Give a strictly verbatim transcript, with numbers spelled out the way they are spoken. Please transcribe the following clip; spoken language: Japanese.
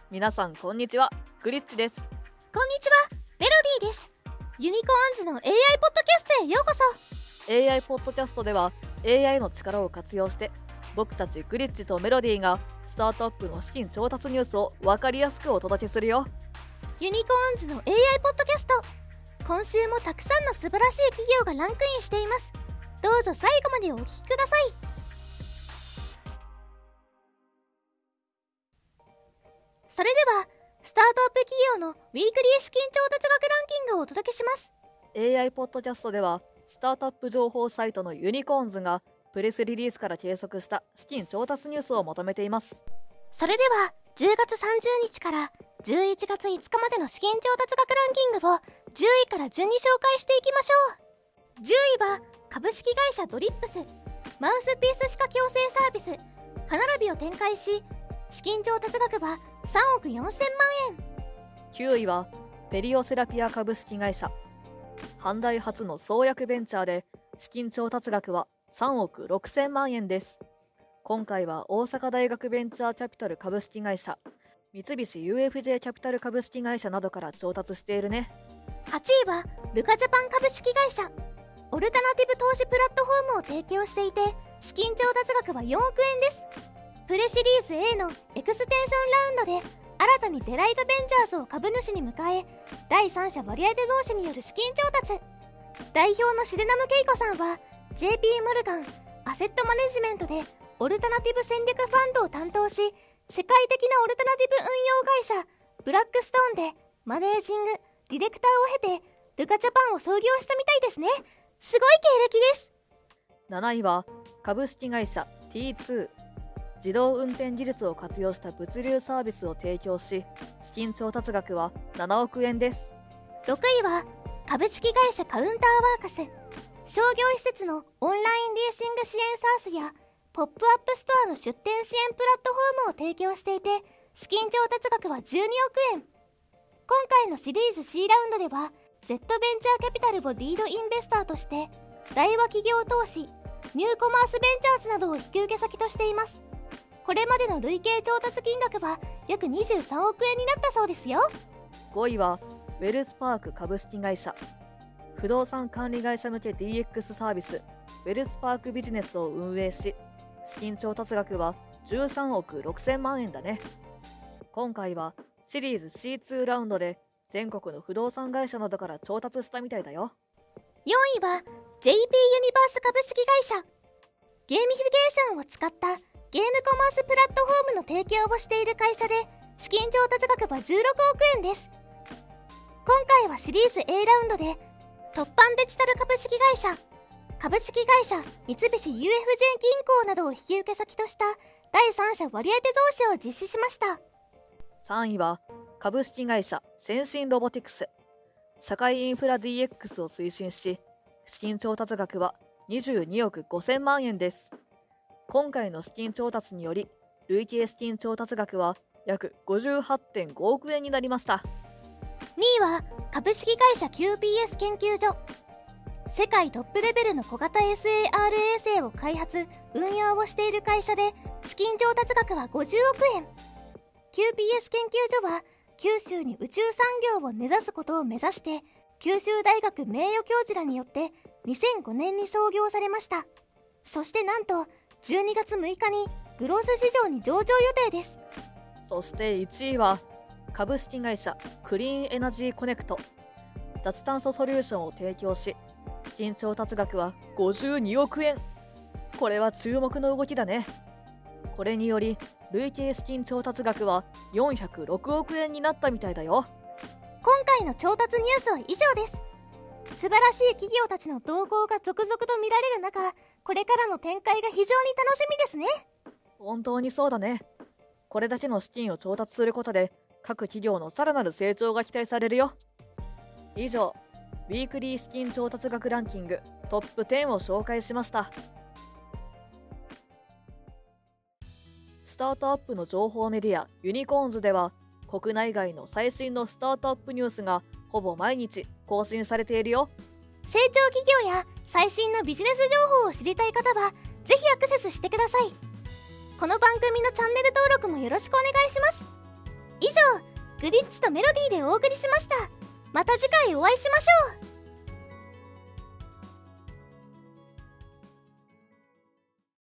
皆さんこんにちは、グリッチです。 こんにちは、メロディーです。ユニコーンズの エーアイ ポッドキャストへようこそ。 エーアイ ポッドキャストでは エーアイ の力を活用して僕たちグリッチとメロディーがスタートアップの資金調達ニュースを分かりやすくお届けするよ。 ユニコーンズの エーアイ ポッドキャスト、今週もたくさんの素晴らしい企業がランクインしています。どうぞ最後までお聞きください。それではスタートアップ企業のウィークリー資金調達額ランキングをお届けします。 エーアイ ポッドキャストではスタートアップ情報サイトのユニコーンズがプレスリリースから計測した資金調達ニュースをまとめています。 それではじゅうがつさんじゅうにちからじゅういちがついつかまでの資金調達額ランキングをじゅういから順に紹介していきましょう。じゅういは株式会社ドリップス、マウスピース歯科矯正サービス歯並びを展開し、資金調達額はさんおくよんせんまんえん。 きゅういはペリオセラピア株式会社、阪大初の創薬ベンチャーで資金調達額はさんおくろくせんまんえんです。今回は大阪大学ベンチャーキャピタル株式会社、三菱 ユーエフジェー キャピタル株式会社などから調達しているね。 はちいはルカジャパン株式会社、オルタナティブ投資プラットフォームを提供していて、資金調達額はよんおくえんです。プレシリーズ A のエクステンションラウンドで新たにデライトベンチャーズを株主に迎え、第三者割当増資による資金調達。代表の重信恵子さんは ジェーピー モルガンアセットマネジメントでオルタナティブ戦略ファンドを担当し、世界的なオルタナティブ運用会社ブラックストーンでマネージングディレクターを経てルカジャパンを創業したみたいですね。すごい経歴です。 なないは株式会社 ティーツー、 自動運転技術を活用した物流サービスを提供し、資金調達額はななおくえんです。 ろくいは株式会社カウンターワーカス、商業施設のオンラインリーシング支援サースやポップアップストアの出店支援プラットフォームを提供していて、資金調達額はじゅうにおくえん。今回のシリーズ C ラウンドでは Z ベンチャーキャピタルをリードインベスターとして大和企業投資、ニューコマースベンチャーズなどを引き受け先としています。これまでの累計調達金額は約にじゅうさんおくえんになったそうですよ。 ごいはウェルスパーク株式会社、不動産管理会社向け ディーエックス サービスウェルスパークビジネスを運営し、資金調達額はじゅうさんおくろくせんまんえんだね。今回はシリーズ シーツー ラウンドで全国の不動産会社などから調達したみたいだよ。 よんいは ジェイピー ユニバース株式会社、ゲーミフィケーションを使ったゲームコマースプラットフォームの提供をしている会社で、資金調達額はじゅうろくおくえんです。今回はシリーズ A ラウンドで突版デジタル株式会社、株式会社三菱 ユーエフジェー 銀行などを引き受け先とした第三者割当増資を実施しました。 さんいは株式会社先進ロボティクス、社会インフラ ディーエックス を推進し、資金調達額はにじゅうにおくごせんまんえんです。今回の資金調達により累計資金調達額は約 ごじゅうはってんごおくえんになりました。 にいは株式会社 キューピーエス 研究所、世界トップレベルの小型 エスエーアール 衛星を開発運用をしている会社で、資金調達額はごじゅうおくえん。 キューピーエス 研究所は九州に宇宙産業を根ざすことを目指して、九州大学名誉教授らによってにせんごねんに創業されました。そしてなんとじゅうにがつむいかにグロース市場に上場予定です。 そしていちいは株式会社クリーンエナジーコネクト、脱炭素ソリューションを提供し、資金調達額はごじゅうにおくえん。これは注目の動きだね。これにより累計資金調達額はよんひゃくろくおくえんになったみたいだよ。 今回の調達ニュースは以上です。素晴らしい企業たちの動向が続々と見られる中、これからの展開が非常に楽しみですね。 本当にそうだね。これだけの資金を調達することで各企業のさらなる成長が期待されるよ。以上、ウィークリー資金調達額ランキングトップじゅうを紹介しました。スタートアップの情報メディアユニコーンズでは、国内外の最新のスタートアップニュースがほぼ毎日更新されているよ。 成長企業や最新のビジネス情報を知りたい方はぜひアクセスしてください。この番組のチャンネル登録もよろしくお願いします。 以上グリッチとメロディーでお送りしました。また次回お会いしましょう。